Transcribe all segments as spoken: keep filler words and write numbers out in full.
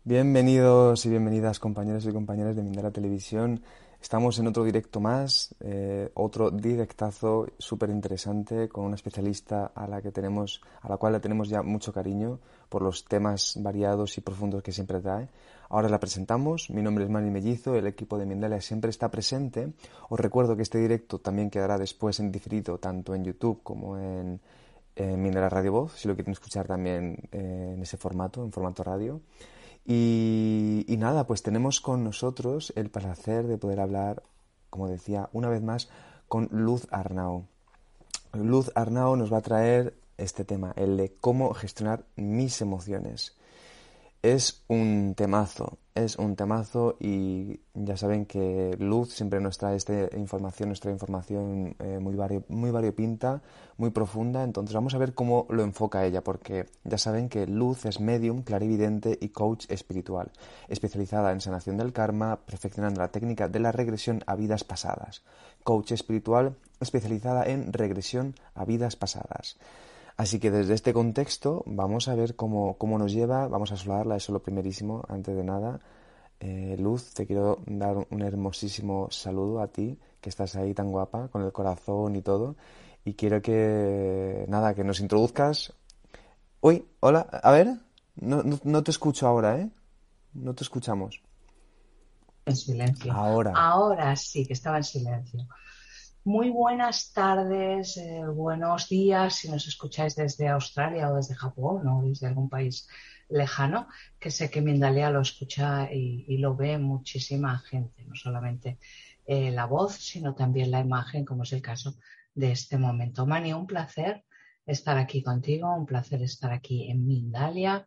Bienvenidos y bienvenidas compañeros y compañeras de Mindala Televisión. Estamos en otro directo más, eh, otro directazo súper interesante con una especialista a la que tenemos, a la cual le tenemos ya mucho cariño por los temas variados y profundos que siempre trae. Ahora la presentamos. Mi nombre es Mani Mellizo, el equipo de Mindala siempre está presente. Os recuerdo que este directo también quedará después en diferido tanto en YouTube como en, en Mindala Radio Voz, si lo quieren escuchar también eh, en ese formato, en formato radio. Y, y nada, pues tenemos con nosotros el placer de poder hablar, como decía, una vez más con Luz Arnau. Luz Arnau nos va a traer este tema, el de cómo gestionar mis emociones. Es un temazo, es un temazo y ya saben que Luz siempre nos trae esta información, nuestra información eh, muy, vario, muy variopinta, muy profunda. Entonces vamos a ver cómo lo enfoca ella, porque ya saben que Luz es medium, clarividente y coach espiritual, especializada en sanación del karma, perfeccionando la técnica de la regresión a vidas pasadas. Coach espiritual especializada en regresión a vidas pasadas. Así que desde este contexto vamos a ver cómo, cómo nos lleva, vamos a saludarla, eso es lo primerísimo, antes de nada. Eh, Luz, te quiero dar un hermosísimo saludo a ti, que estás ahí tan guapa, con el corazón y todo. Y quiero que, nada, que nos introduzcas. Uy, hola, a ver, no, no, no te escucho ahora, ¿eh? No te escuchamos. En silencio. Ahora. Ahora sí que estaba en silencio. Muy buenas tardes, eh, buenos días si nos escucháis desde Australia o desde Japón o desde algún país lejano, que sé que Mindalia lo escucha y, y lo ve muchísima gente, no solamente eh, la voz, sino también la imagen, como es el caso de este momento. Mani, un placer estar aquí contigo, un placer estar aquí en Mindalia.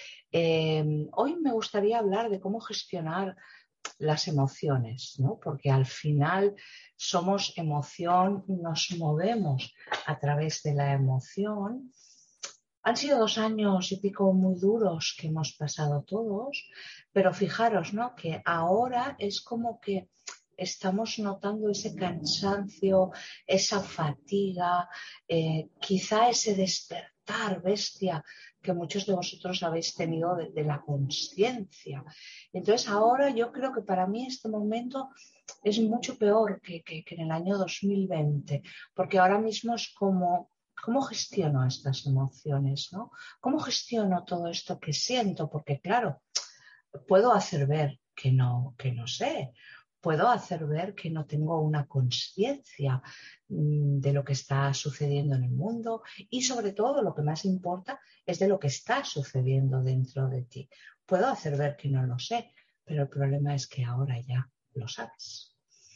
Eh, hoy me gustaría hablar de cómo gestionar las emociones, ¿no? Porque al final somos emoción, nos movemos a través de la emoción. Han sido dos años y pico muy duros que hemos pasado todos, pero fijaros, ¿no? Que ahora es como que estamos notando ese cansancio, esa fatiga, eh, quizá ese despertar bestia que muchos de vosotros habéis tenido de, de la conciencia. Entonces ahora yo creo que para mí este momento es mucho peor que, que, que en el año dos mil veinte, porque ahora mismo es como, ¿cómo gestiono estas emociones? ¿No? ¿Cómo gestiono todo esto que siento? Porque claro, puedo hacer ver que no, que no sé, puedo hacer ver que no tengo una conciencia mmm, de lo que está sucediendo en el mundo y sobre todo lo que más importa es de lo que está sucediendo dentro de ti. Puedo hacer ver que no lo sé, pero el problema es que ahora ya lo sabes.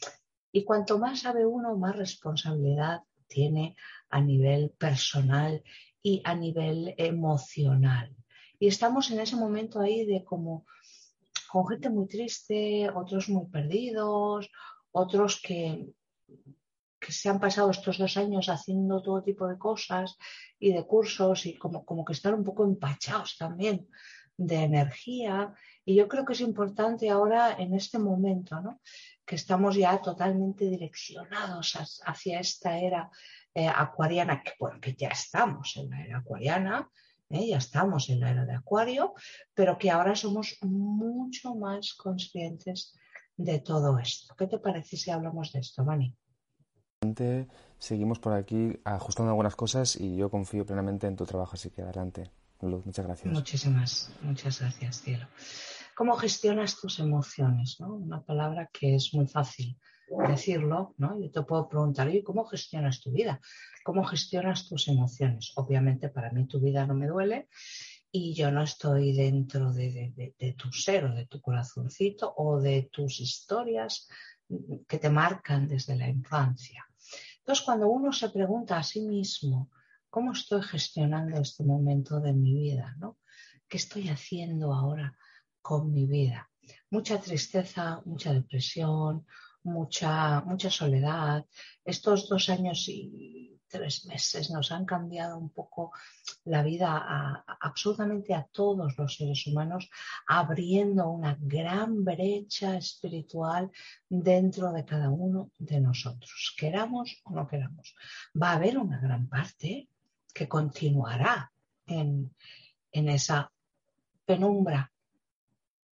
Y cuanto más sabe uno, más responsabilidad tiene a nivel personal y a nivel emocional. Y estamos en ese momento ahí de como con gente muy triste, otros muy perdidos, otros que, que se han pasado estos dos años haciendo todo tipo de cosas y de cursos y como, como que están un poco empachados también de energía. Y yo creo que es importante ahora en este momento, ¿no? Que estamos ya totalmente direccionados hacia esta era eh, acuariana, que, bueno, que ya estamos en la era acuariana, ¿eh? Ya estamos en la era de Acuario, pero que ahora somos mucho más conscientes de todo esto. ¿Qué te parece si hablamos de esto, Vani? Seguimos por aquí ajustando algunas cosas y yo confío plenamente en tu trabajo, así que adelante. Luz, muchas gracias. Muchísimas, muchas gracias, cielo. ¿Cómo gestionas tus emociones? ¿No? Una palabra que es muy fácil decirlo, ¿no? Yo te puedo preguntar, ¿y cómo gestionas tu vida? ¿Cómo gestionas tus emociones? Obviamente para mí tu vida no me duele y yo no estoy dentro de, de, de, de tu ser o de tu corazoncito o de tus historias que te marcan desde la infancia. Entonces, cuando uno se pregunta a sí mismo, ¿cómo estoy gestionando este momento de mi vida? ¿No? ¿Qué estoy haciendo ahora con mi vida? Mucha tristeza, mucha depresión, mucha, mucha soledad. Estos dos años y tres meses nos han cambiado un poco la vida a, a, absolutamente a todos los seres humanos, abriendo una gran brecha espiritual dentro de cada uno de nosotros, queramos o no queramos. Va a haber una gran parte que continuará en, en esa penumbra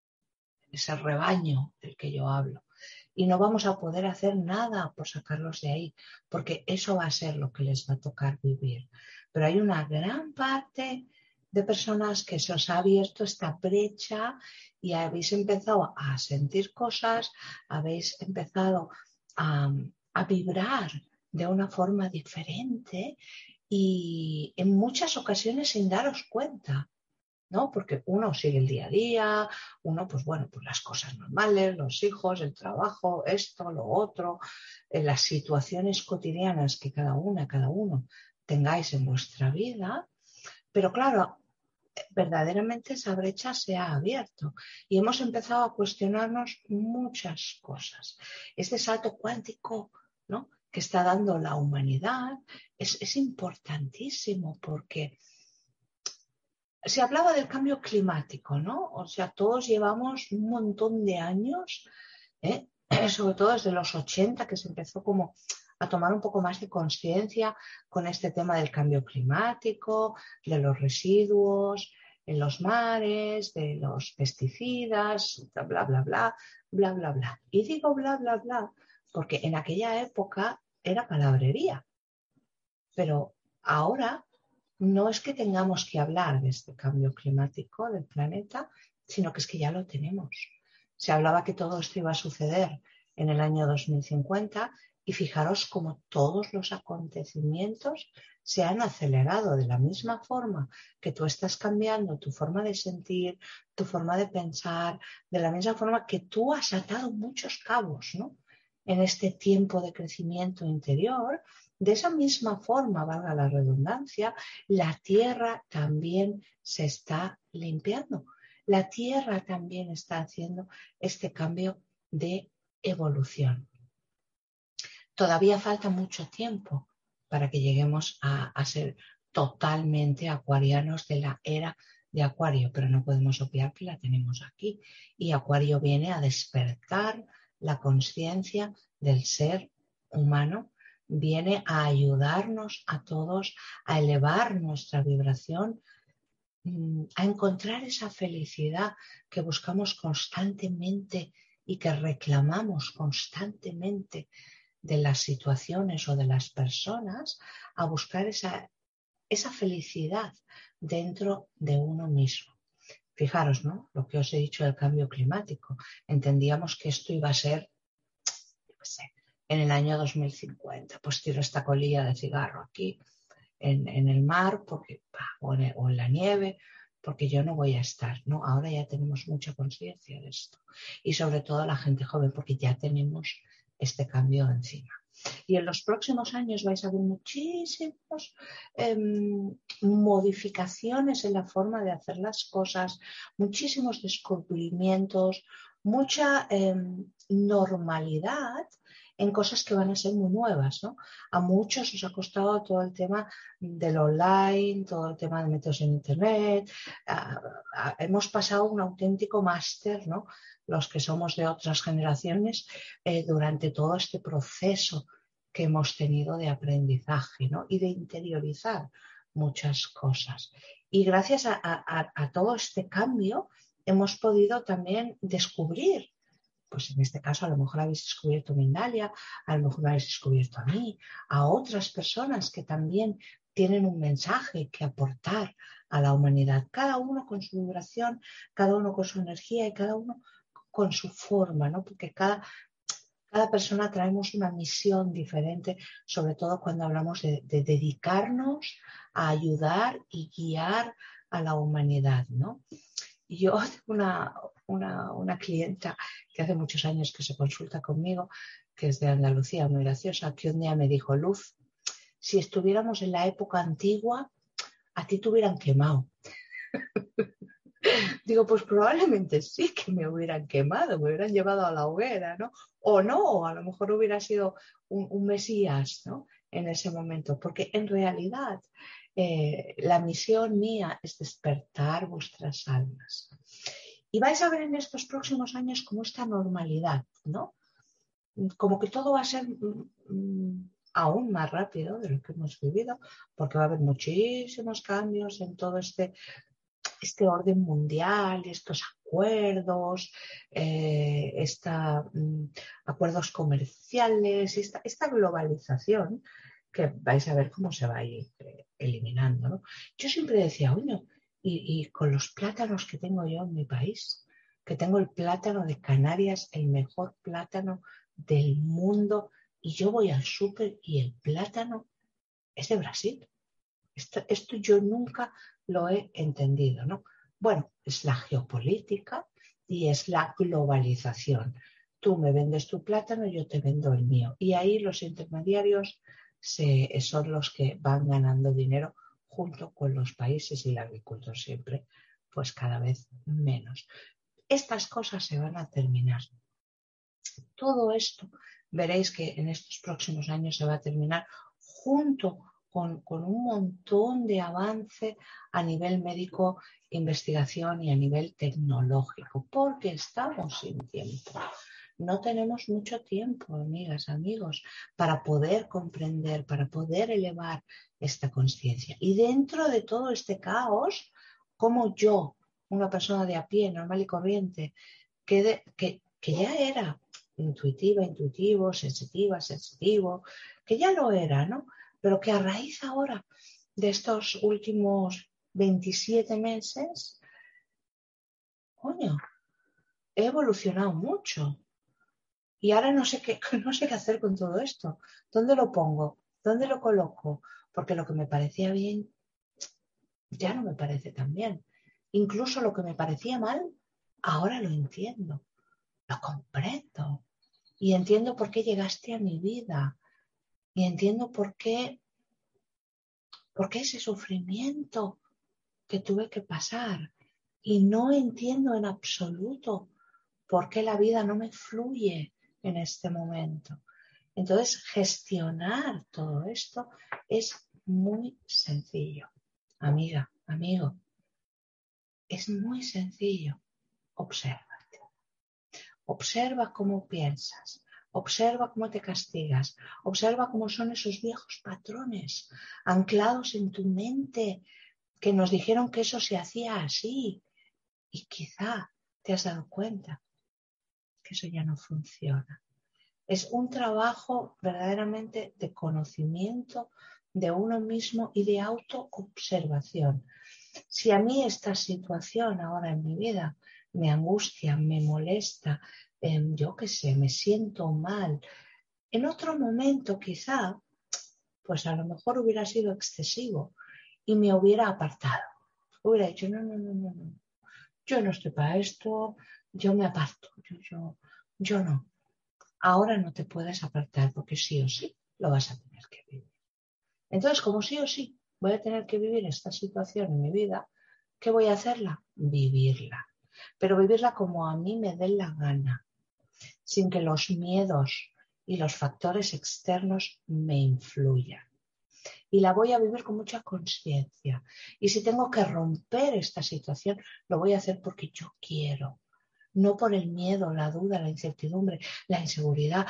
ese rebaño del que yo hablo. Y no vamos a poder hacer nada por sacarlos de ahí, porque eso va a ser lo que les va a tocar vivir. Pero hay una gran parte de personas que se os ha abierto esta brecha y habéis empezado a sentir cosas, habéis empezado a, a vibrar de una forma diferente y en muchas ocasiones sin daros cuenta, ¿no? Porque uno sigue el día a día, uno, pues bueno, pues las cosas normales, los hijos, el trabajo, esto, lo otro, en las situaciones cotidianas que cada una, cada uno tengáis en vuestra vida, pero claro, verdaderamente esa brecha se ha abierto y hemos empezado a cuestionarnos muchas cosas. Este salto cuántico, ¿no?, que está dando la humanidad es, es importantísimo porque se hablaba del cambio climático, ¿no? O sea, todos llevamos un montón de años, ¿eh? Sobre todo desde los ochenta, que se empezó como a tomar un poco más de conciencia con este tema del cambio climático, de los residuos en los mares, de los pesticidas, bla, bla, bla, bla, bla, bla, bla. Y digo bla, bla, bla, porque en aquella época era palabrería, pero ahora no es que tengamos que hablar de este cambio climático del planeta, sino que es que ya lo tenemos. Se hablaba que todo esto iba a suceder en el año dos mil cincuenta y fijaros cómo todos los acontecimientos se han acelerado de la misma forma que tú estás cambiando tu forma de sentir, tu forma de pensar, de la misma forma que tú has atado muchos cabos, ¿no?, en este tiempo de crecimiento interior. De esa misma forma, valga la redundancia, la Tierra también se está limpiando. La Tierra también está haciendo este cambio de evolución. Todavía falta mucho tiempo para que lleguemos a, a ser totalmente acuarianos de la era de Acuario, pero no podemos obviar que la tenemos aquí. Y Acuario viene a despertar la conciencia del ser humano, viene a ayudarnos a todos a elevar nuestra vibración, a encontrar esa felicidad que buscamos constantemente y que reclamamos constantemente de las situaciones o de las personas, a buscar esa, esa felicidad dentro de uno mismo. Fijaros, ¿no?, lo que os he dicho del cambio climático. Entendíamos que esto iba a ser, yo qué sé, en el año dos mil cincuenta, pues tiro esta colilla de cigarro aquí en, en el mar porque, o, en, o en la nieve, porque yo no voy a estar, ¿no? Ahora ya tenemos mucha conciencia de esto. Y sobre todo la gente joven, porque ya tenemos este cambio encima. Y en los próximos años vais a ver muchísimas eh, modificaciones en la forma de hacer las cosas, muchísimos descubrimientos, mucha eh, normalidad en cosas que van a ser muy nuevas, ¿no? A muchos os ha costado todo el tema del online, todo el tema de métodos en internet. A, a, hemos pasado un auténtico máster, ¿no?, los que somos de otras generaciones, eh, durante todo este proceso que hemos tenido de aprendizaje, ¿no?, y de interiorizar muchas cosas. Y gracias a, a, a todo este cambio hemos podido también descubrir, pues en este caso a lo mejor habéis descubierto Mindalia, a lo mejor me habéis descubierto a mí, a otras personas que también tienen un mensaje que aportar a la humanidad, cada uno con su vibración, cada uno con su energía y cada uno con su forma, ¿no? Porque cada, cada persona traemos una misión diferente, sobre todo cuando hablamos de, de dedicarnos a ayudar y guiar a la humanidad, ¿no? Yo tengo una, una, una clienta que hace muchos años que se consulta conmigo, que es de Andalucía, muy graciosa, que un día me dijo: Luz, si estuviéramos en la época antigua, a ti te hubieran quemado. Digo, pues probablemente sí que me hubieran quemado, me hubieran llevado a la hoguera, ¿no? O no, a lo mejor hubiera sido un, un mesías, ¿no?, en ese momento, porque en realidad eh, la misión mía es despertar vuestras almas. Y vais a ver en estos próximos años como esta normalidad, ¿no? Como que todo va a ser mm, aún más rápido de lo que hemos vivido, porque va a haber muchísimos cambios en todo este este orden mundial, estos acuerdos, eh, esta, um, acuerdos comerciales, esta, esta globalización que vais a ver cómo se va a ir eh, eliminando, ¿no? Yo siempre decía, bueno, y, y con los plátanos que tengo yo en mi país, que tengo el plátano de Canarias, el mejor plátano del mundo, y yo voy al súper y el plátano es de Brasil. Esto, esto yo nunca lo he entendido, ¿no? Bueno, es la geopolítica y es la globalización. Tú me vendes tu plátano, yo te vendo el mío. Y ahí los intermediarios se, son los que van ganando dinero junto con los países y el agricultor siempre, pues cada vez menos. Estas cosas se van a terminar. Todo esto veréis que en estos próximos años se va a terminar junto con, con un montón de avance a nivel médico, investigación y a nivel tecnológico, porque estamos sin tiempo. No tenemos mucho tiempo, amigas, amigos, para poder comprender, para poder elevar esta conciencia. Y dentro de todo este caos, como yo, una persona de a pie, normal y corriente, que, de, que, que ya era intuitiva, intuitivo, sensitiva, sensitivo, que ya lo era, ¿no? Pero que a raíz ahora de estos últimos veintisiete meses, coño, he evolucionado mucho. Y ahora no sé qué, no sé qué hacer con todo esto. ¿Dónde lo pongo? ¿Dónde lo coloco? Porque lo que me parecía bien ya no me parece tan bien. Incluso lo que me parecía mal, ahora lo entiendo. Lo comprendo. Y entiendo por qué llegaste a mi vida. Y entiendo por qué, por qué ese sufrimiento que tuve que pasar. Y no entiendo en absoluto por qué la vida no me fluye en este momento. Entonces, gestionar todo esto es muy sencillo. Amiga, amigo, es muy sencillo. Obsérvate. Observa cómo piensas. Observa cómo te castigas. Observa cómo son esos viejos patrones anclados en tu mente que nos dijeron que eso se hacía así. Y quizá te has dado cuenta que eso ya no funciona. Es un trabajo verdaderamente de conocimiento de uno mismo y de autoobservación. Si a mí esta situación ahora en mi vida me angustia, me molesta, eh, yo qué sé, me siento mal, en otro momento quizá, pues a lo mejor hubiera sido excesivo y me hubiera apartado. Hubiera dicho, no, no, no, no, no. Yo no estoy para esto, yo me aparto, yo, yo, yo no. Ahora no te puedes apartar porque sí o sí lo vas a tener que vivir. Entonces, como sí o sí voy a tener que vivir esta situación en mi vida, ¿qué voy a hacerla? Vivirla. Pero vivirla como a mí me dé la gana, sin que los miedos y los factores externos me influyan. Y la voy a vivir con mucha conciencia. Y si tengo que romper esta situación, lo voy a hacer porque yo quiero. No por el miedo, la duda, la incertidumbre, la inseguridad.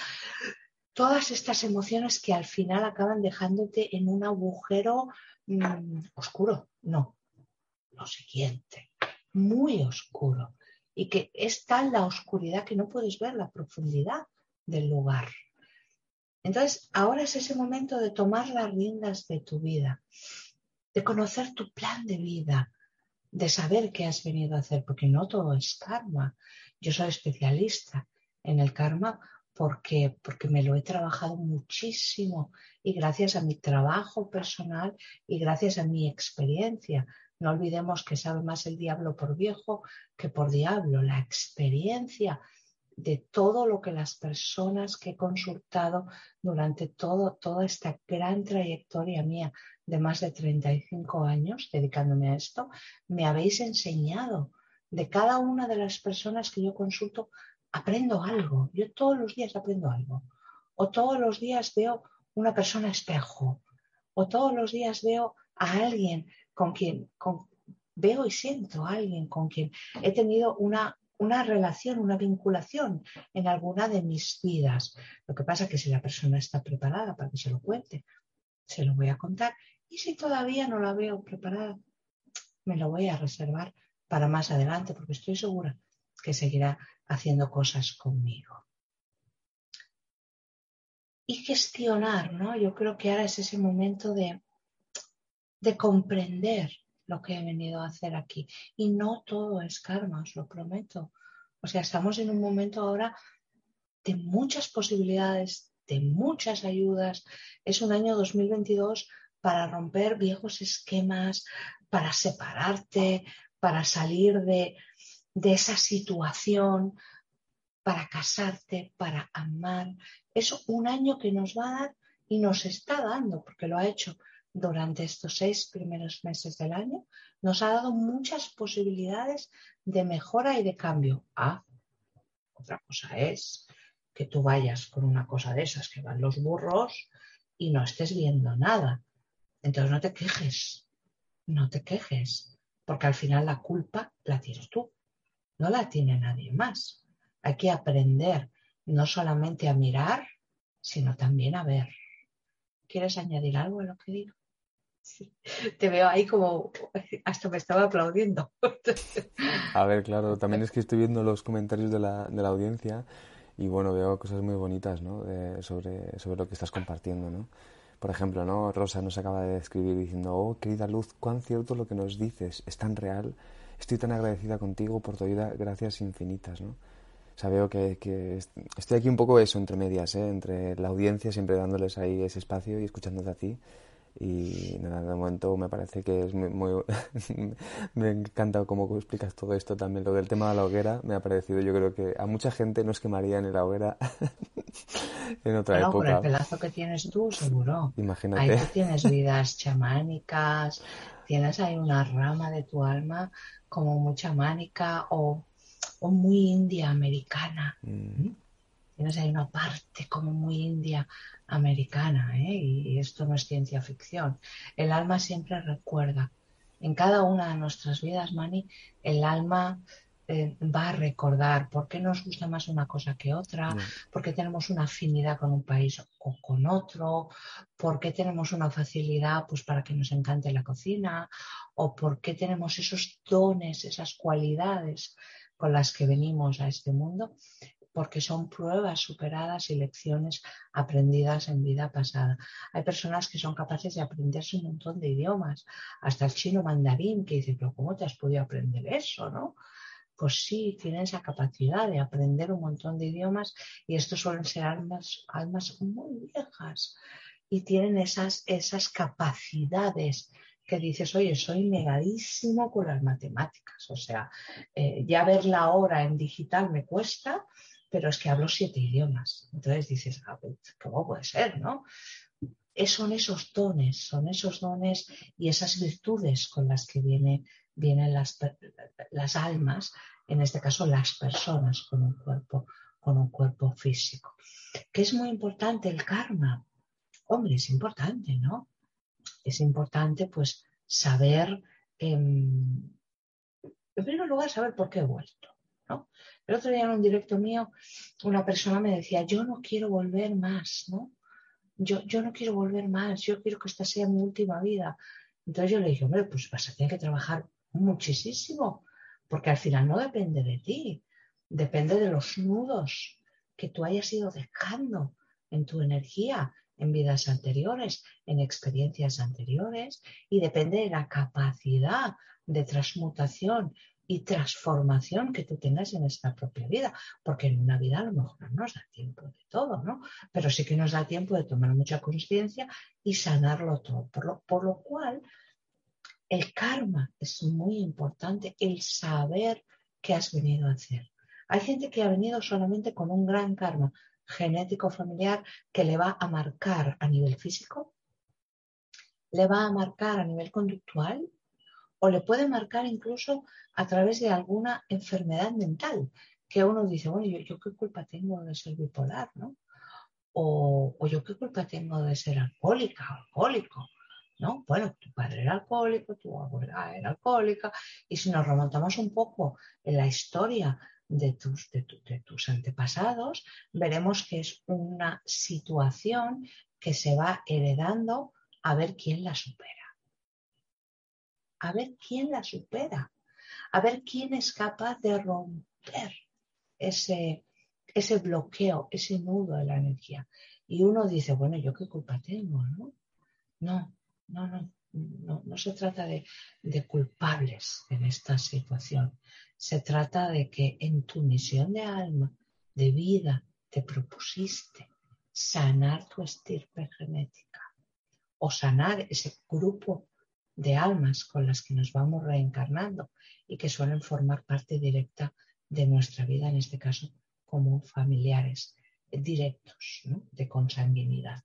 Todas estas emociones que al final acaban dejándote en un agujero mmm, oscuro. No, lo siguiente, muy oscuro. Y que es tal la oscuridad que no puedes ver la profundidad del lugar. Entonces, ahora es ese momento de tomar las riendas de tu vida, de conocer tu plan de vida, de saber qué has venido a hacer, porque no todo es karma. Yo soy especialista en el karma porque, porque me lo he trabajado muchísimo y gracias a mi trabajo personal y gracias a mi experiencia. No olvidemos que sabe más el diablo por viejo que por diablo. La experiencia de todo lo que las personas que he consultado durante todo, toda esta gran trayectoria mía de más de treinta y cinco años dedicándome a esto, me habéis enseñado. De cada una de las personas que yo consulto, aprendo algo. Yo todos los días aprendo algo. O todos los días veo una persona espejo. O todos los días veo a alguien con quien con, veo y siento a alguien con quien he tenido una una relación, una vinculación en alguna de mis vidas. Lo que pasa es que si la persona está preparada para que se lo cuente, se lo voy a contar. Y si todavía no la veo preparada, me lo voy a reservar para más adelante porque estoy segura que seguirá haciendo cosas conmigo. Y gestionar, ¿no? Yo creo que ahora es ese momento de, de comprender lo que he venido a hacer aquí. Y no todo es karma, os lo prometo. O sea, estamos en un momento ahora de muchas posibilidades, de muchas ayudas. Es un año dos mil veintidós para romper viejos esquemas, para separarte, para salir de, de esa situación, para casarte, para amar. Es un año que nos va a dar y nos está dando, porque lo ha hecho durante estos seis primeros meses del año, nos ha dado muchas posibilidades de mejora y de cambio. Ah, otra cosa es que tú vayas con una cosa de esas que van los burros y no estés viendo nada. Entonces no te quejes, no te quejes, porque al final la culpa la tienes tú, no la tiene nadie más. Hay que aprender no solamente a mirar, sino también a ver. ¿Quieres añadir algo a lo que digo? Sí. Te veo ahí como hasta me estaba aplaudiendo. A ver, claro, también es que estoy viendo los comentarios de la, de la audiencia y bueno, veo cosas muy bonitas, ¿no? De- sobre, sobre lo que estás compartiendo, ¿no? Por ejemplo, ¿no? Rosa nos acaba de escribir diciendo: oh, querida Luz, cuán cierto lo que nos dices, es tan real, estoy tan agradecida contigo por tu ayuda, gracias infinitas, ¿no? O sea, veo que, que est- estoy aquí un poco eso, entre medias, ¿eh? Entre la audiencia, siempre dándoles ahí ese espacio y escuchándote a ti. Y nada, de momento me parece que es muy... muy me encanta cómo explicas todo esto también. Lo del tema de la hoguera me ha parecido, yo creo que a mucha gente nos quemarían en la hoguera en otra Bueno, con el época. pelazo que tienes tú, seguro. Ahí Imagínate. tú tienes vidas chamánicas, tienes ahí una rama de tu alma como muy chamánica o, o muy india americana. Mm, ¿M? Tienes ahí una parte como muy india americana, ¿eh? Y esto no es ciencia ficción. El alma siempre recuerda. En cada una de nuestras vidas, Mani, el alma eh, va a recordar por qué nos gusta más una cosa que otra, ya. por qué tenemos una afinidad con un país o con otro, por qué tenemos una facilidad pues, para que nos encante la cocina, o por qué tenemos esos dones, esas cualidades con las que venimos a este mundo, porque son pruebas superadas y lecciones aprendidas en vida pasada. Hay personas que son capaces de aprenderse un montón de idiomas, hasta el chino mandarín, que dice, pero ¿cómo te has podido aprender eso, no? Pues sí, tienen esa capacidad de aprender un montón de idiomas y estos suelen ser almas, almas muy viejas y tienen esas, esas capacidades que dices, oye, soy negadísimo con las matemáticas, o sea, eh, ya ver la hora en digital me cuesta, pero es que hablo siete idiomas. Entonces dices, ah, pues, ¿cómo puede ser, no? Es, son esos dones, son esos dones y esas virtudes con las que viene, vienen las, las almas, en este caso las personas con un cuerpo, con un cuerpo físico. Que es muy importante el karma. Hombre, es importante, ¿no? Es importante, pues, saber, eh, en primer lugar, saber por qué he vuelto, ¿no? El otro día en un directo mío, una persona me decía, yo no quiero volver más, ¿no? Yo, yo no quiero volver más, yo quiero que esta sea mi última vida. Entonces yo le dije, hombre, pues vas a tener que trabajar muchísimo, porque al final no depende de ti, depende de los nudos que tú hayas ido dejando en tu energía, en vidas anteriores, en experiencias anteriores, y depende de la capacidad de transmutación y transformación que tú tengas en esta propia vida, porque en una vida a lo mejor no nos da tiempo de todo, ¿no? Pero sí que nos da tiempo de tomar mucha conciencia y sanarlo todo. Por lo, por lo cual, el karma es muy importante, el saber qué has venido a hacer. Hay gente que ha venido solamente con un gran karma genético familiar que le va a marcar a nivel físico, le va a marcar a nivel conductual o le puede marcar incluso a través de alguna enfermedad mental, que uno dice, bueno, yo, yo qué culpa tengo de ser bipolar, ¿no? O, o yo qué culpa tengo de ser alcohólica o alcohólico, ¿no? Bueno, tu padre era alcohólico, tu abuela era alcohólica, y si nos remontamos un poco en la historia de tus, de, tu, de tus antepasados, veremos que es una situación que se va heredando a ver quién la supera. a ver quién la supera, a ver quién es capaz de romper ese, ese bloqueo, ese nudo de la energía. Y uno dice, bueno, ¿yo qué culpa tengo, no? No, no, no, no, no se trata de, de culpables en esta situación. Se trata de que en tu misión de alma, de vida, te propusiste sanar tu estirpe genética o sanar ese grupo de almas con las que nos vamos reencarnando y que suelen formar parte directa de nuestra vida, en este caso como familiares directos, ¿no? De consanguinidad.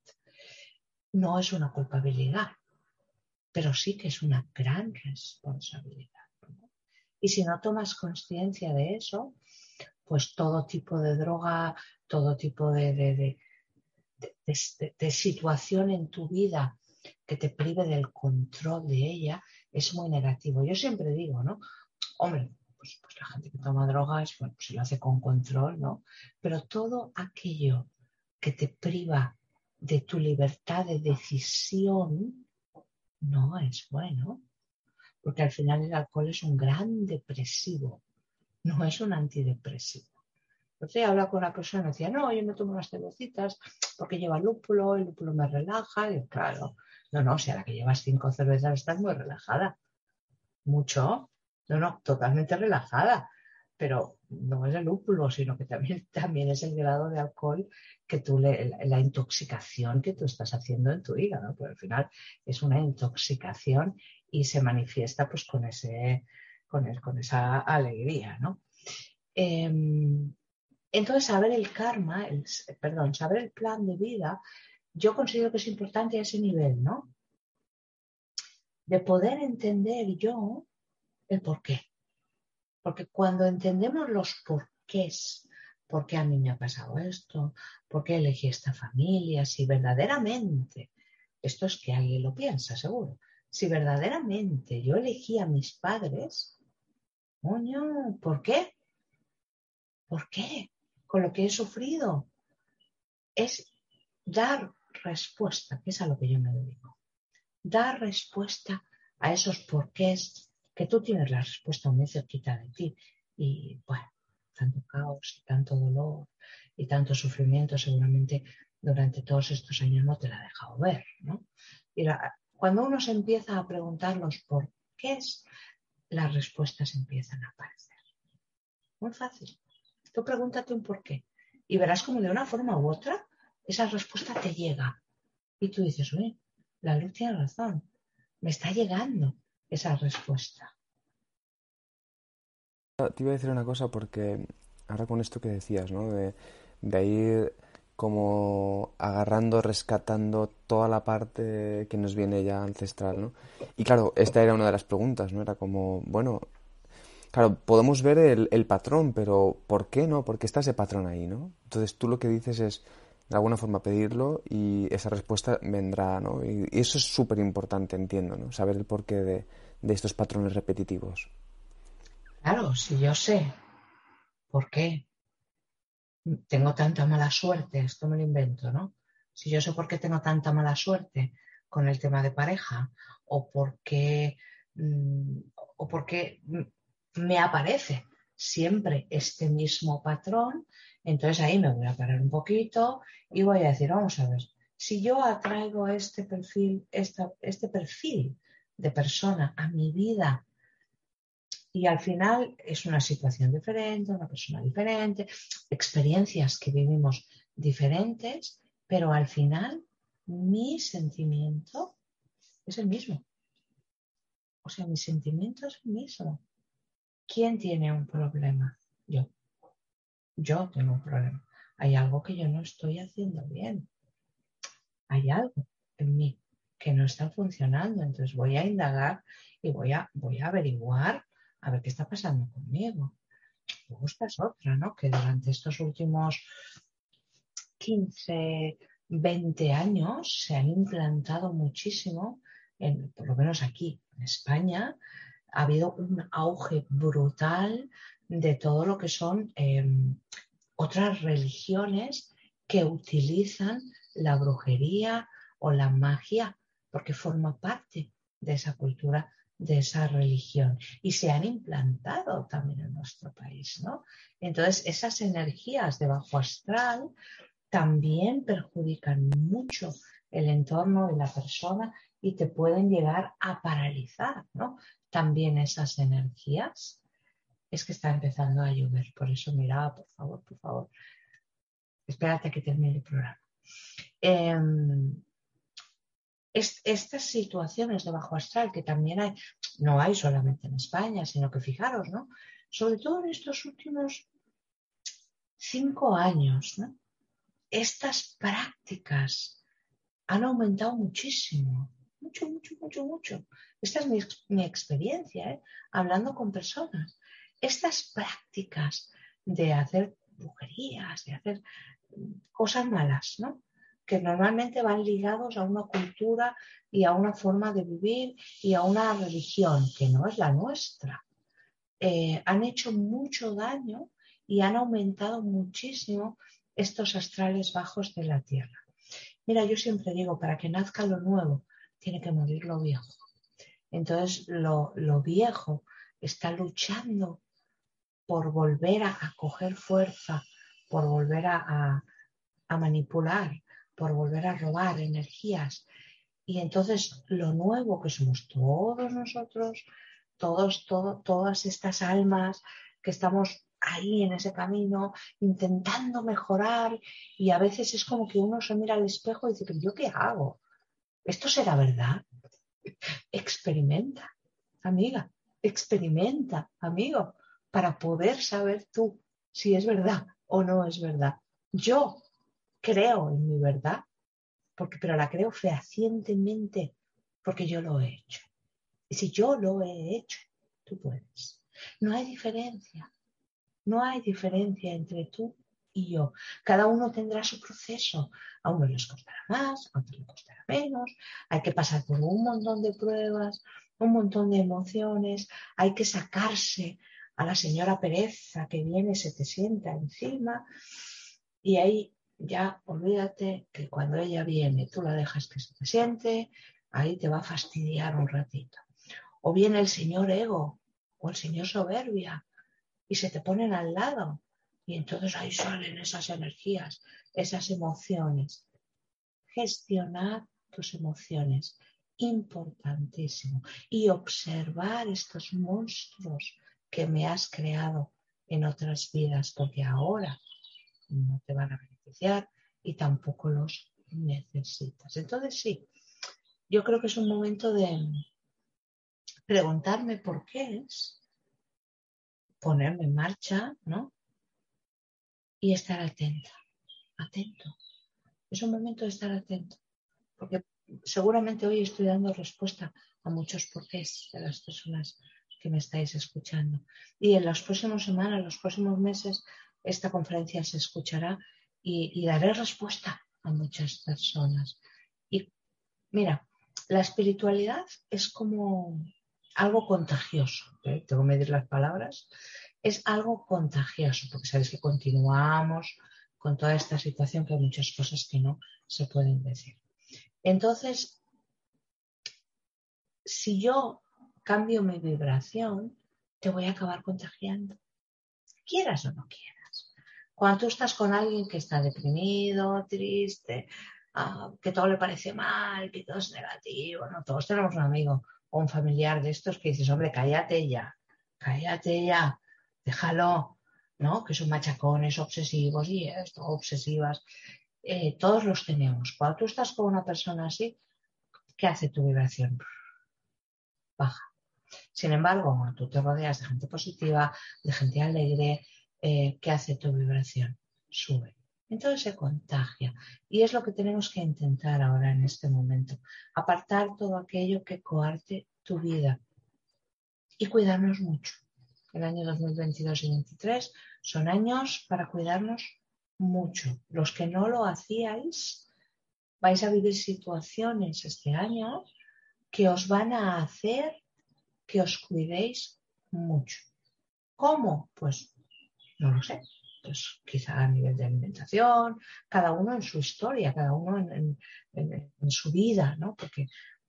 No es una culpabilidad, pero sí que es una gran responsabilidad, ¿no? Y si no tomas conciencia de eso, pues todo tipo de droga, todo tipo de, de, de, de, de, de situación en tu vida que te prive del control de ella es muy negativo. Yo siempre digo, ¿no? Hombre, pues, pues la gente que toma drogas, bueno, pues se lo hace con control, ¿no? Pero todo aquello que te priva de tu libertad de decisión no es bueno, porque al final el alcohol es un gran depresivo, no es un antidepresivo. Entonces habla con una persona y me decía, no, yo me tomo unas cervecitas porque lleva lúpulo, el lúpulo me relaja, y claro, no, no, si a la que llevas cinco cervezas estás muy relajada, mucho, no, no, totalmente relajada, pero no es el lúpulo, sino que también, también es el grado de alcohol que tú, le, la intoxicación que tú estás haciendo en tu hígado, pero al final es una intoxicación y se manifiesta pues con, ese, con, el, con esa alegría, ¿no? Eh, entonces, saber el karma, el, perdón, saber el plan de vida, yo considero que es importante a ese nivel, ¿no? De poder entender yo el por qué. Porque cuando entendemos los porqués, por qué a mí me ha pasado esto, por qué elegí esta familia, si verdaderamente, esto es que alguien lo piensa seguro, si verdaderamente yo elegí a mis padres, coño, ¿por qué? ¿Por qué? Con lo que he sufrido. Es dar respuesta, que es a lo que yo me dedico. Dar respuesta a esos porqués que tú tienes la respuesta muy cerquita de ti. Y bueno, tanto caos y tanto dolor y tanto sufrimiento seguramente durante todos estos años no te la ha dejado ver, ¿no? Y la, cuando uno se empieza a preguntar los porqués, las respuestas empiezan a aparecer. Muy fácil. Tú pregúntate un porqué y verás como de una forma u otra esa respuesta te llega. Y tú dices, oye, la luz tiene razón. Me está llegando esa respuesta. Te iba a decir una cosa porque ahora con esto que decías, ¿no? De, de ir como agarrando, rescatando toda la parte que nos viene ya ancestral, ¿no? Y claro, esta era una de las preguntas, ¿no? Era como, bueno, claro, podemos ver el, el patrón, pero ¿por qué no? ¿Por qué está ese patrón ahí, no? Entonces tú lo que dices es, de alguna forma, pedirlo y esa respuesta vendrá, ¿no? Y, y eso es súper importante, entiendo, ¿no? Saber el porqué de, de estos patrones repetitivos. Claro, si yo sé por qué tengo tanta mala suerte, esto me lo invento, ¿no? Si yo sé por qué tengo tanta mala suerte con el tema de pareja o por qué, mmm, o por qué me aparece siempre este mismo patrón, entonces ahí me voy a parar un poquito y voy a decir, vamos a ver, si yo atraigo este perfil, esta, este perfil de persona a mi vida y al final es una situación diferente, una persona diferente, experiencias que vivimos diferentes, pero al final mi sentimiento es el mismo. O sea, mi sentimiento es el mismo. ¿Quién tiene un problema? Yo. Yo tengo un problema. Hay algo que yo no estoy haciendo bien. Hay algo en mí que no está funcionando. Entonces voy a indagar y voy a, voy a averiguar a ver qué está pasando conmigo. Luego esta es otra, ¿no? Que durante estos últimos quince, veinte años se han implantado muchísimo, en, por lo menos aquí en España, ha habido un auge brutal de todo lo que son eh, otras religiones que utilizan la brujería o la magia, porque forma parte de esa cultura de esa religión y se han implantado también en nuestro país, ¿no? Entonces, esas energías de bajo astral también perjudican mucho el entorno y la persona y te pueden llegar a paralizar, ¿no? También esas energías. Es que está empezando a llover, por eso mira, por favor, por favor, espérate que termine el programa. Eh, es, estas situaciones de bajo astral que también hay, no hay solamente en España, sino que fijaros, ¿no? Sobre todo en estos últimos cinco años, ¿no? Estas prácticas han aumentado muchísimo, mucho, mucho, mucho, mucho. Esta es mi, mi experiencia, ¿eh? Hablando con personas. Estas prácticas de hacer brujerías, de hacer cosas malas, ¿no? Que normalmente van ligados a una cultura y a una forma de vivir y a una religión que no es la nuestra. Eh, han hecho mucho daño y han aumentado muchísimo estos astrales bajos de la Tierra. Mira, yo siempre digo, para que nazca lo nuevo, tiene que morir lo viejo. Entonces, lo, lo viejo está luchando por volver a, a coger fuerza, por volver a, a, a manipular, por volver a robar energías. Y entonces, lo nuevo que somos todos nosotros, todos, todo, todas estas almas que estamos ahí en ese camino, intentando mejorar, y a veces es como que uno se mira al espejo y dice, pero ¿yo qué hago? ¿Esto será verdad? Experimenta, amiga, experimenta, amigo, para poder saber tú si es verdad o no es verdad. Yo creo en mi verdad, porque, pero la creo fehacientemente porque yo lo he hecho. Y si yo lo he hecho, tú puedes. No hay diferencia. No hay diferencia entre tú y yo. Cada uno tendrá su proceso. A uno les costará más, a otro les costará menos. Hay que pasar por un montón de pruebas, un montón de emociones. Hay que sacarse a la señora pereza que viene, se te sienta encima. Y ahí ya olvídate que cuando ella viene, tú la dejas que se te siente, ahí te va a fastidiar un ratito. O viene el señor ego o el señor soberbia y se te ponen al lado y entonces ahí salen esas energías, esas emociones. Gestionar tus emociones, importantísimo. Y observar estos monstruos que me has creado en otras vidas, porque ahora no te van a beneficiar y tampoco los necesitas. Entonces sí, yo creo que es un momento de preguntarme por qué es, ponerme en marcha, ¿no? Y estar atenta, atento. Es un momento de estar atento, porque seguramente hoy estoy dando respuesta a muchos porqués de las personas que me estáis escuchando. Y en las próximas semanas, en los próximos meses, esta conferencia se escuchará y, y daré respuesta a muchas personas. Y mira, la espiritualidad es como algo contagioso, ¿eh? Tengo que medir las palabras, es algo contagioso, porque sabéis que continuamos con toda esta situación, que hay muchas cosas que no se pueden decir. Entonces, si yo cambio mi vibración, te voy a acabar contagiando, quieras o no quieras. Cuando tú estás con alguien que está deprimido, triste, uh, que todo le parece mal, que todo es negativo, no, todos tenemos un amigo o un familiar de estos que dices, hombre, cállate ya, cállate ya, déjalo, ¿no? Que son machacones, obsesivos y esto, obsesivas. Eh, todos los tenemos. Cuando tú estás con una persona así, ¿qué hace tu vibración? Baja. Sin embargo, cuando tú te rodeas de gente positiva, de gente alegre, eh, ¿qué hace tu vibración? Sube. Entonces se contagia. Y es lo que tenemos que intentar ahora en este momento. Apartar todo aquello que coarte tu vida. Y cuidarnos mucho. El año dos mil veintidós y veintitrés son años para cuidarnos mucho. Los que no lo hacíais, vais a vivir situaciones este año que os van a hacer que os cuidéis mucho. ¿Cómo? Pues no lo sé. Pues quizá a nivel de alimentación, cada uno en su historia, cada uno en, en, en, en su vida, ¿no? Porque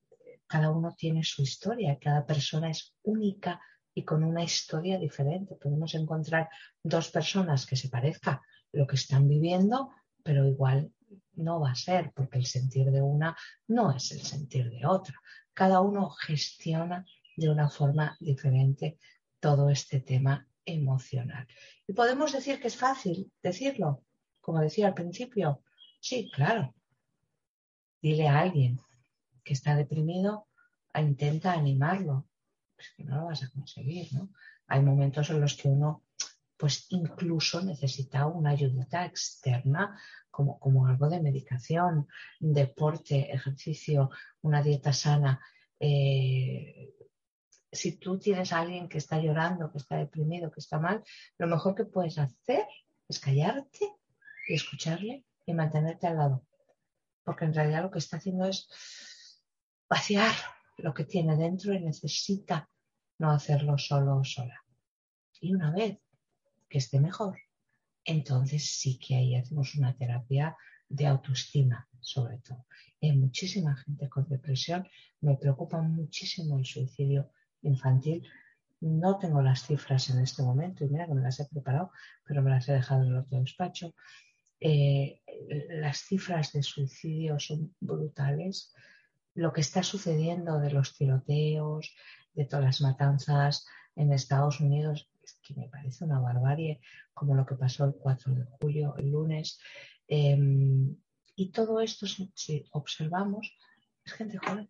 cada uno tiene su historia, cada persona es única y con una historia diferente. Podemos encontrar dos personas que se parezcan lo que están viviendo, pero igual no va a ser, porque el sentir de una no es el sentir de otra. Cada uno gestiona de una forma diferente todo este tema emocional. Y podemos decir que es fácil decirlo, como decía al principio. Sí, claro. Dile a alguien que está deprimido, intenta animarlo. Pues que no lo vas a conseguir, ¿no? Hay momentos en los que uno, pues incluso necesita una ayudita externa, como, como algo de medicación, deporte, ejercicio, una dieta sana. Eh, si tú tienes a alguien que está llorando, que está deprimido, que está mal, lo mejor que puedes hacer es callarte y escucharle y mantenerte al lado. Porque en realidad lo que está haciendo es vaciar lo que tiene dentro y necesita no hacerlo solo o sola. Y una vez que esté mejor, entonces sí que ahí hacemos una terapia de autoestima, sobre todo. Hay muchísima gente con depresión, me preocupa muchísimo el suicidio infantil. No tengo las cifras en este momento y mira que me las he preparado, pero me las he dejado en el otro despacho. Eh, las cifras de suicidio son brutales. Lo que está sucediendo de los tiroteos, de todas las matanzas en Estados Unidos, es que me parece una barbarie, como lo que pasó el cuatro de julio, el lunes. Eh, y todo esto, si, si observamos, es gente joven.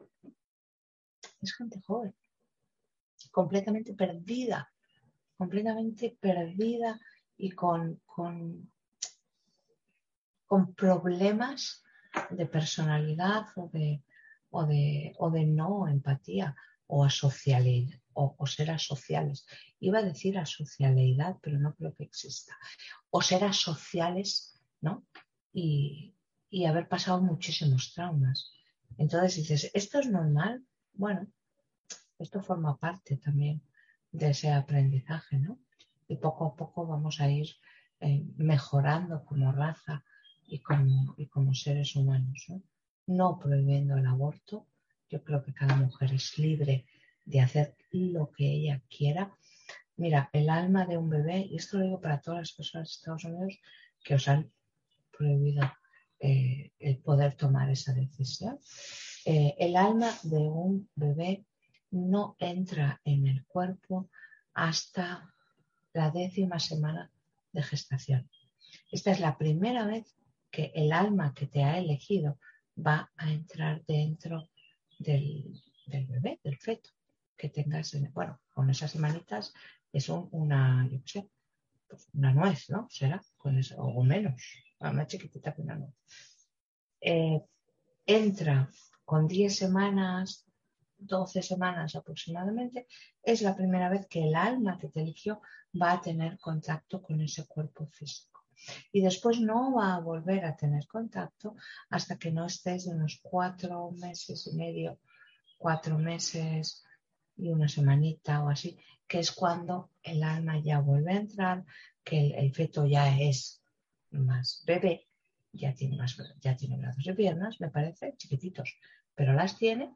Es gente joven. Completamente perdida. Completamente perdida y con, con, con problemas de personalidad o de, o de, o de no empatía o asocialidad o, o ser asociales. Iba a decir asocialidad, pero no creo que exista. O ser asociales, ¿no? Y, y haber pasado muchísimos traumas. Entonces dices, ¿esto es normal? Bueno, esto forma parte también de ese aprendizaje, ¿no? Y poco a poco vamos a ir eh, mejorando como raza y como, y como seres humanos, ¿no? No prohibiendo el aborto. Yo creo que cada mujer es libre de hacer lo que ella quiera. Mira, el alma de un bebé, y esto lo digo para todas las personas de Estados Unidos que os han prohibido eh, el poder tomar esa decisión. Eh, el alma de un bebé no entra en el cuerpo hasta la décima semana de gestación. Esta es la primera vez que el alma que te ha elegido va a entrar dentro del, del bebé, del feto que tengas. En, bueno, con esas semanitas es un, una, yo qué sé, pues una nuez, ¿no? Será, con eso, o menos, más chiquitita que una nuez. Eh, entra con diez semanas, doce semanas aproximadamente, es la primera vez que el alma que te eligió va a tener contacto con ese cuerpo físico. Y después no va a volver a tener contacto hasta que no estés de unos cuatro meses y medio, cuatro meses y una semanita o así, que es cuando el alma ya vuelve a entrar, que el, el feto ya es más bebé, ya tiene, más, ya tiene brazos y piernas, me parece, chiquititos, pero las tiene.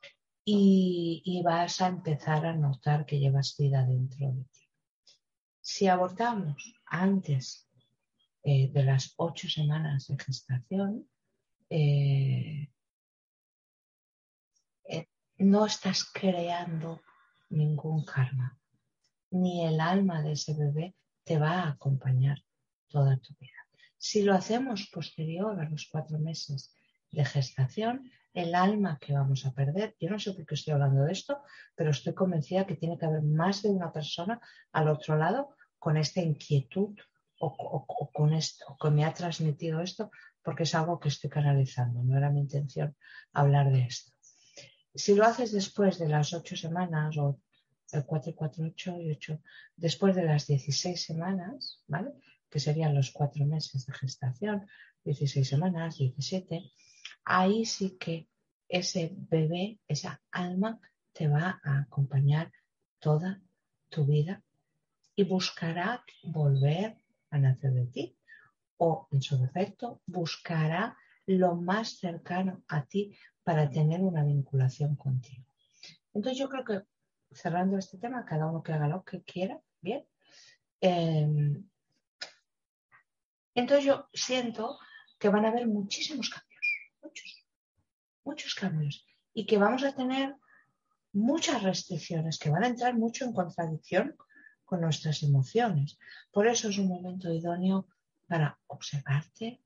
Y, y vas a empezar a notar que llevas vida dentro de ti. Si abortamos antes eh, de las ocho semanas de gestación, eh, eh, no estás creando ningún karma, ni el alma de ese bebé te va a acompañar toda tu vida. Si lo hacemos posterior a los cuatro meses de gestación, el alma que vamos a perder, yo no sé por qué estoy hablando de esto, pero estoy convencida que tiene que haber más de una persona al otro lado con esta inquietud o, o, o con esto, o que me ha transmitido esto, porque es algo que estoy canalizando, no era mi intención hablar de esto. Si lo haces después de las ocho semanas o el cuatro, cuatro, ocho y ocho, después de las dieciséis semanas, ¿vale? Que serían los cuatro meses de gestación, dieciséis semanas, diecisiete, ahí sí que ese bebé, esa alma, te va a acompañar toda tu vida y buscará volver a nacer de ti o, en su defecto, buscará lo más cercano a ti para tener una vinculación contigo. Entonces yo creo que, cerrando este tema, cada uno que haga lo que quiera, bien. Eh, entonces yo siento que van a haber muchísimos cambios, muchos, muchos cambios, y que vamos a tener muchas restricciones, que van a entrar mucho en contradicción con nuestras emociones. Por eso es un momento idóneo para observarte,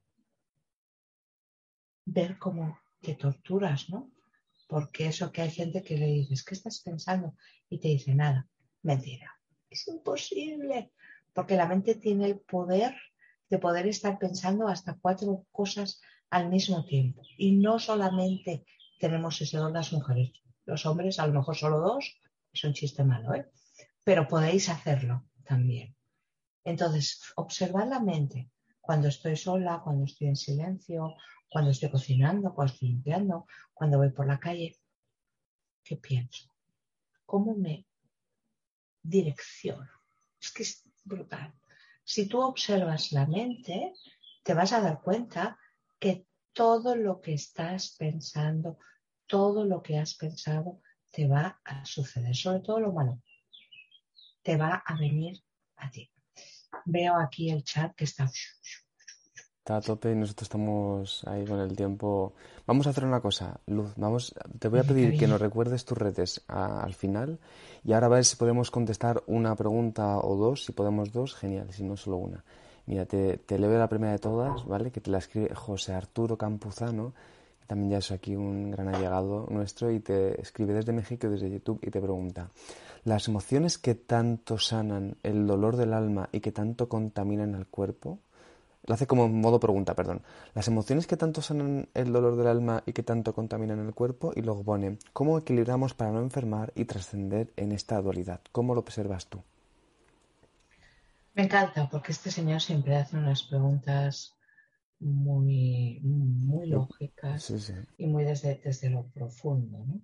ver cómo te torturas, ¿no? Porque eso que hay gente que le dices, ¿qué estás pensando? Y te dice nada, mentira. Es imposible, porque la mente tiene el poder de poder estar pensando hasta cuatro cosas al mismo tiempo. Y no solamente tenemos ese don las mujeres, los hombres a lo mejor solo dos, es un chiste malo, ¿eh? Pero podéis hacerlo también. Entonces, observad la mente cuando estoy sola, cuando estoy en silencio, cuando estoy cocinando, cuando estoy limpiando, cuando voy por la calle. ¿Qué pienso? ¿Cómo me direcciono? Es que es brutal. Si tú observas la mente, te vas a dar cuenta que todo lo que estás pensando, todo lo que has pensado, te va a suceder, sobre todo lo malo. Te va a venir a ti. Veo aquí el chat que está... Está a tope y nosotros estamos ahí con el tiempo. Vamos a hacer una cosa, Luz. Vamos, te voy a Dice, pedir que cariño, nos recuerdes tus redes a- al final y ahora a ver si podemos contestar una pregunta o dos. Si podemos dos, genial, si no solo una. Mira, te, te leo la primera de todas, ¿vale? Que te la escribe José Arturo Campuzano, que también ya es aquí un gran allegado nuestro, y te escribe desde México, desde YouTube, y te pregunta: ¿las emociones que tanto sanan el dolor del alma y que tanto contaminan al cuerpo? Lo hace como en modo pregunta, perdón. Las emociones que tanto sanan el dolor del alma y que tanto contaminan el cuerpo, y luego pone: ¿cómo equilibramos para no enfermar y trascender en esta dualidad? ¿Cómo lo observas tú? me encanta porque este señor siempre hace unas preguntas muy, muy Lo- lógicas Sí, sí. y muy desde, desde lo profundo, ¿no?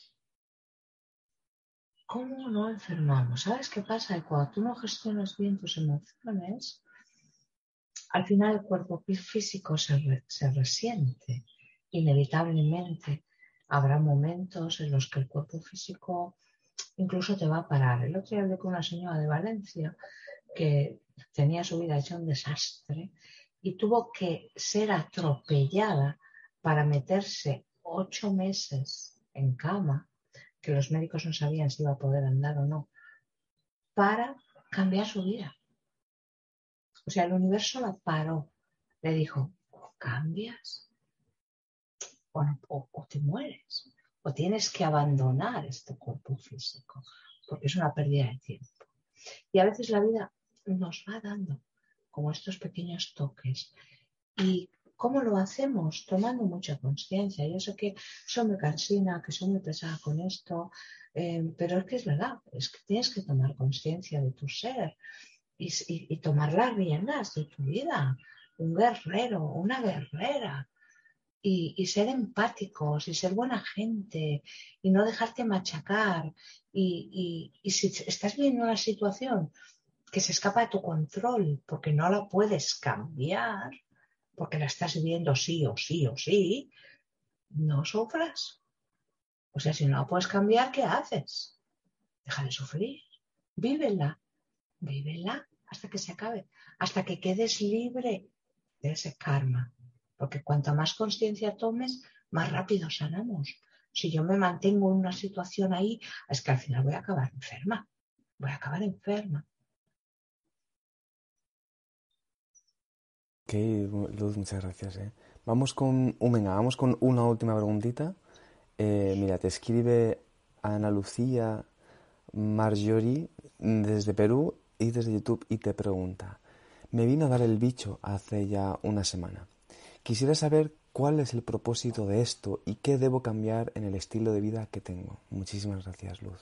¿Cómo no enfermamos? ¿Sabes qué pasa? Que cuando tú no gestionas bien tus emociones, al final el cuerpo físico se, re- se resiente. Inevitablemente habrá momentos en los que el cuerpo físico incluso te va a parar. El otro día hablé con una señora de Valencia que tenía su vida hecha un desastre y tuvo que ser atropellada para meterse ocho meses en cama, que los médicos no sabían si iba a poder andar o no, para cambiar su vida. O sea, el universo la paró. Le dijo, o cambias o, no- o- o te mueres. O tienes que abandonar este cuerpo físico, porque es una pérdida de tiempo. Y a veces la vida nos va dando como estos pequeños toques. ¿Y cómo lo hacemos? Tomando mucha conciencia. Yo sé que soy muy cansina, que soy muy pesada con esto, eh, pero es que es verdad, es que tienes que tomar conciencia de tu ser y, y- y tomar las riendas de tu vida. Un guerrero, una guerrera. Y, y ser empáticos y ser buena gente y no dejarte machacar. Y, y- y si estás viviendo una situación que se escapa de tu control porque no la puedes cambiar, porque la estás viviendo sí o sí o sí, no sufras. O sea, si no la puedes cambiar, ¿qué haces? Deja de sufrir. Vívela, vívela hasta que se acabe, hasta que quedes libre de ese karma. Porque cuanta más conciencia tomes, más rápido sanamos. Si yo me mantengo en una situación ahí, es que al final voy a acabar enferma. Voy a acabar enferma. Ok, Luz, muchas gracias, ¿eh? Vamos con, uh, venga, vamos con una última preguntita. Eh, mira, te escribe Ana Lucía Marjorie desde Perú y desde YouTube y te pregunta: me vino a dar el bicho hace ya una semana. Quisiera saber cuál es el propósito de esto y qué debo cambiar en el estilo de vida que tengo. Muchísimas gracias, Luz.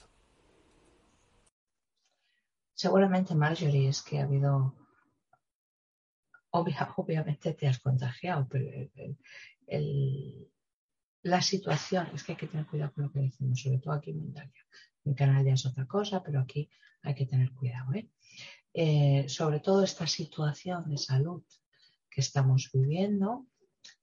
Seguramente, Marjorie, es que ha habido, obvia- obviamente te has contagiado, pero el- el- el- la situación, es que hay que tener cuidado con lo que decimos, sobre todo aquí en Mindalia. En Canadá es otra cosa, pero aquí hay que tener cuidado, ¿eh? Eh, sobre todo esta situación de salud que estamos viviendo,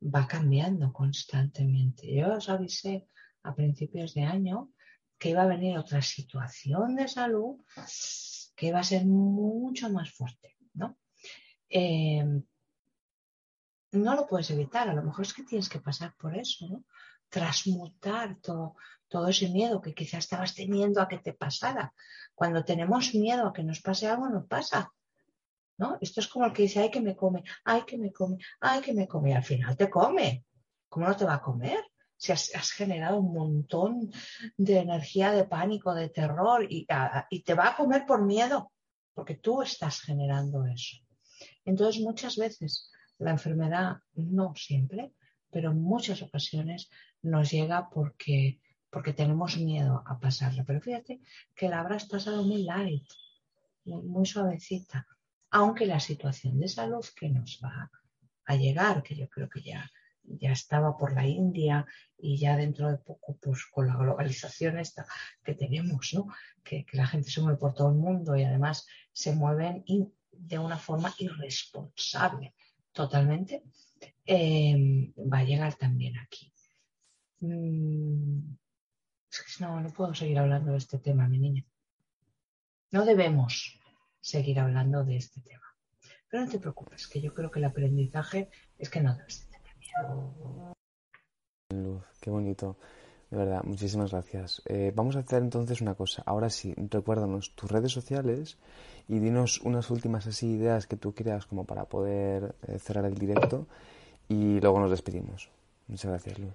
va cambiando constantemente. Yo os avisé a principios de año que iba a venir otra situación de salud que iba a ser mucho más fuerte, ¿no? Eh, no lo puedes evitar, a lo mejor es que tienes que pasar por eso, ¿no? Transmutar todo, todo ese miedo que quizás estabas teniendo a que te pasara. Cuando tenemos miedo a que nos pase algo, nos pasa, ¿no? Esto es como el que dice, ay, que me come, ay, que me come, ay, que me come, y al final te come. ¿Cómo no te va a comer? Si has, has generado un montón de energía, de pánico, de terror, y, a, y te va a comer por miedo, porque tú estás generando eso. Entonces, muchas veces la enfermedad, no siempre, pero en muchas ocasiones nos llega porque, porque tenemos miedo a pasarla. Pero fíjate que la habrás pasado muy light, muy, muy suavecita, aunque la situación de salud que nos va a llegar, que yo creo que ya, ya estaba por la India y ya dentro de poco, pues con la globalización esta que tenemos, ¿no? Que, que la gente se mueve por todo el mundo y además se mueven in, de una forma irresponsable totalmente, eh, va a llegar también aquí. Mm, es que no, no puedo seguir hablando de este tema, mi niña. No debemos seguir hablando de este tema. Pero no te preocupes, que yo creo que el aprendizaje es que no debes de tener miedo. Luz, qué bonito. De verdad, muchísimas gracias. Eh, vamos a hacer entonces una cosa. Ahora sí, recuérdanos tus redes sociales y dinos unas últimas así ideas que tú creas como para poder eh, cerrar el directo y luego nos despedimos. Muchas gracias, Luz.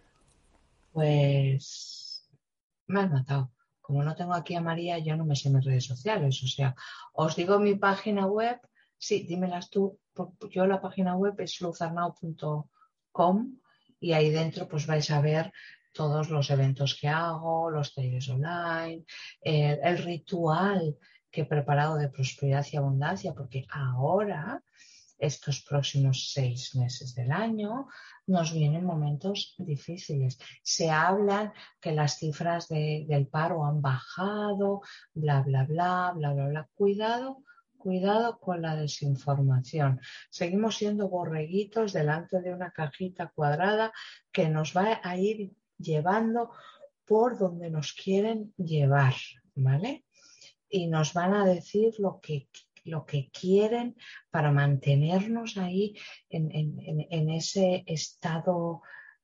Pues me has matado. Como no tengo aquí a María, yo no me sé mis redes sociales. O sea, os digo mi página web. Sí, dímelas tú. Yo la página web es luz arnau punto com y ahí dentro pues vais a ver todos los eventos que hago, los talleres online, el, el ritual que he preparado de prosperidad y abundancia, porque ahora, estos próximos seis meses del año, nos vienen momentos difíciles. Se hablan que las cifras de, del paro han bajado, bla, bla, bla, bla, bla, bla. Cuidado. Cuidado con la desinformación. Seguimos siendo borreguitos delante de una cajita cuadrada que nos va a ir llevando por donde nos quieren llevar, ¿vale? Y nos van a decir lo que, lo que quieren para mantenernos ahí en, en, en ese estado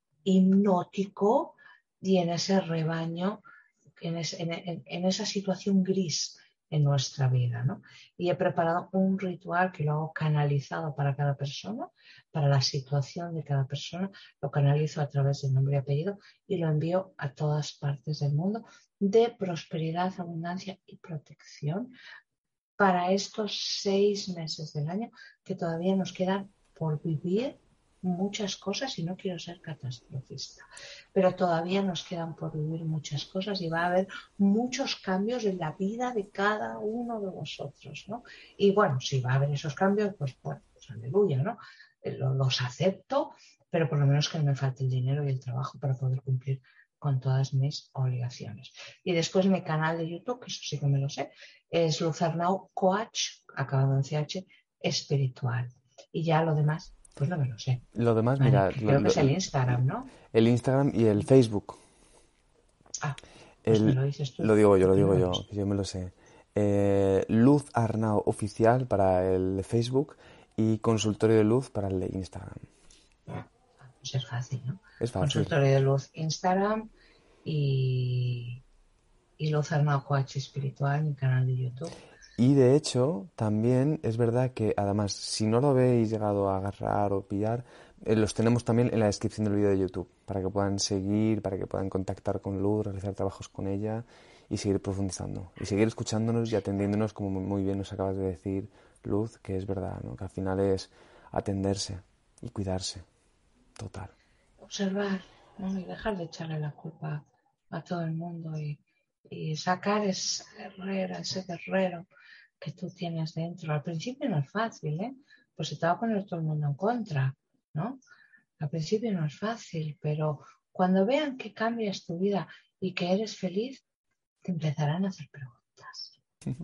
hipnótico y en ese rebaño, en, ese, en, en esa situación gris en nuestra vida, ¿no? Y he preparado un ritual que lo hago canalizado para cada persona, para la situación de cada persona, lo canalizo a través de nombre y apellido y lo envío a todas partes del mundo de prosperidad, abundancia y protección para estos seis meses del año que todavía nos quedan por vivir muchas cosas y no quiero ser catastrofista, pero todavía nos quedan por vivir muchas cosas y va a haber muchos cambios en la vida de cada uno de vosotros, ¿no? Y bueno, si va a haber esos cambios, pues bueno, pues aleluya, ¿no? Los acepto, pero por lo menos que no me falte el dinero y el trabajo para poder cumplir con todas mis obligaciones. Y después mi canal de YouTube, que eso sí que me lo sé, es Luz Arnau Coach, acabado en C H, espiritual. Y ya lo demás, pues no me lo sé. Lo demás, Vale, mira, que lo, creo que lo, es el Instagram, ¿no? el Instagram y el Facebook. Ah, pues me El, lo dices tú, lo digo yo, lo porque no digo lo he yo, visto. que yo me lo sé. Eh, Luz Arnau Oficial para el Facebook y Consultorio de Luz para el de Instagram. Ah, pues es fácil, ¿no? Es fácil. Consultorio de Luz Instagram y, y Luz Arnau Coach espiritual, mi canal de YouTube. Y de hecho, también es verdad que, además, si no lo habéis llegado a agarrar o pillar, eh, los tenemos también en la descripción del vídeo de YouTube, para que puedan seguir, para que puedan contactar con Luz, realizar trabajos con ella y seguir profundizando. Y seguir escuchándonos y atendiéndonos, como muy bien nos acabas de decir, Luz, que es verdad, ¿no? Que al final es atenderse y cuidarse. Total. Observar, ¿no? Y dejar de echarle la culpa a todo el mundo y, y sacar esa guerrera, ese guerrero que tú tienes dentro. Al principio no es fácil, ¿eh? Pues se te va a poner todo el mundo en contra, ¿no? Al principio no es fácil, pero cuando vean que cambias tu vida y que eres feliz, te empezarán a hacer preguntas.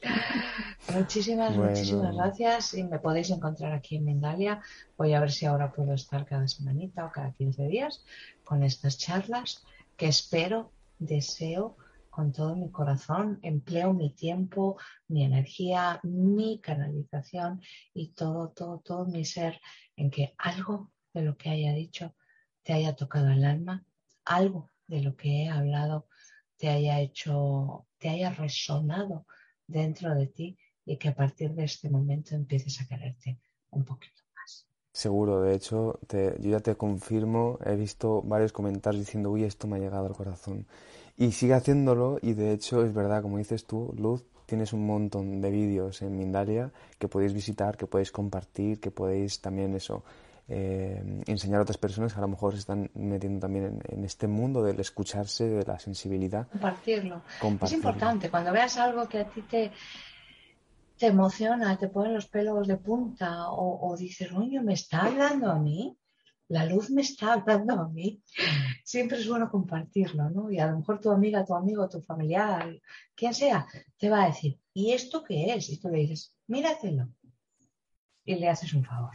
Muchísimas, muchísimas Bueno, gracias y me podéis encontrar aquí en Mindalia. Voy a ver si ahora puedo estar cada semanita o cada quince días con estas charlas que espero, deseo con todo mi corazón, empleo mi tiempo, mi energía, mi canalización y todo, todo, todo mi ser en que algo de lo que haya dicho te haya tocado el alma, algo de lo que he hablado te haya hecho, te haya resonado dentro de ti y que a partir de este momento empieces a quererte un poquito más. seguro, de hecho, te- yo ya te confirmo, he visto varios comentarios diciendo, uy, esto me ha llegado al corazón. Y sigue haciéndolo y de hecho es verdad, como dices tú, Luz, tienes un montón de vídeos en Mindalia que podéis visitar, que podéis compartir, que podéis también eso, eh, enseñar a otras personas que a lo mejor se están metiendo también en, en este mundo del escucharse, de la sensibilidad, Compartirlo. Es compartirlo. importante, cuando veas algo que a ti te, te emociona, te pone los pelos de punta o, o dices, oye, ¿me está hablando a mí? La luz me está hablando a mí. Siempre es bueno compartirlo, ¿no? Y a lo mejor tu amiga, tu amigo, tu familiar, quien sea, te va a decir, ¿y esto qué es? Y tú le dices, míratelo. Y le haces un favor.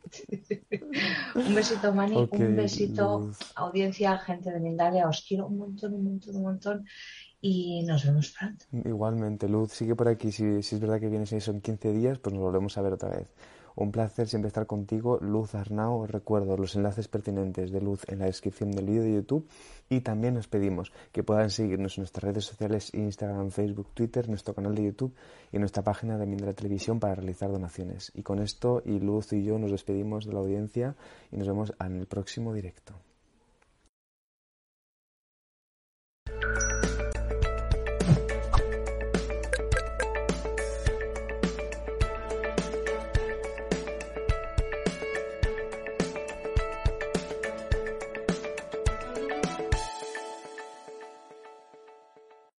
Un besito, Mani, Ok, un besito, Luz. audiencia, gente de Mindalia, os quiero un montón, un montón, un montón y nos vemos pronto. Igualmente, Luz, sigue por aquí. Si, si es verdad que vienes eso en quince días, pues nos volvemos a ver otra vez. Un placer siempre estar contigo, Luz Arnau. Os recuerdo los enlaces pertinentes de Luz en la descripción del vídeo de YouTube y también os pedimos que puedan seguirnos en nuestras redes sociales, Instagram, Facebook, Twitter, nuestro canal de YouTube y nuestra página de Mindra Televisión para realizar donaciones. Y con esto, y Luz y yo nos despedimos de la audiencia y nos vemos en el próximo directo.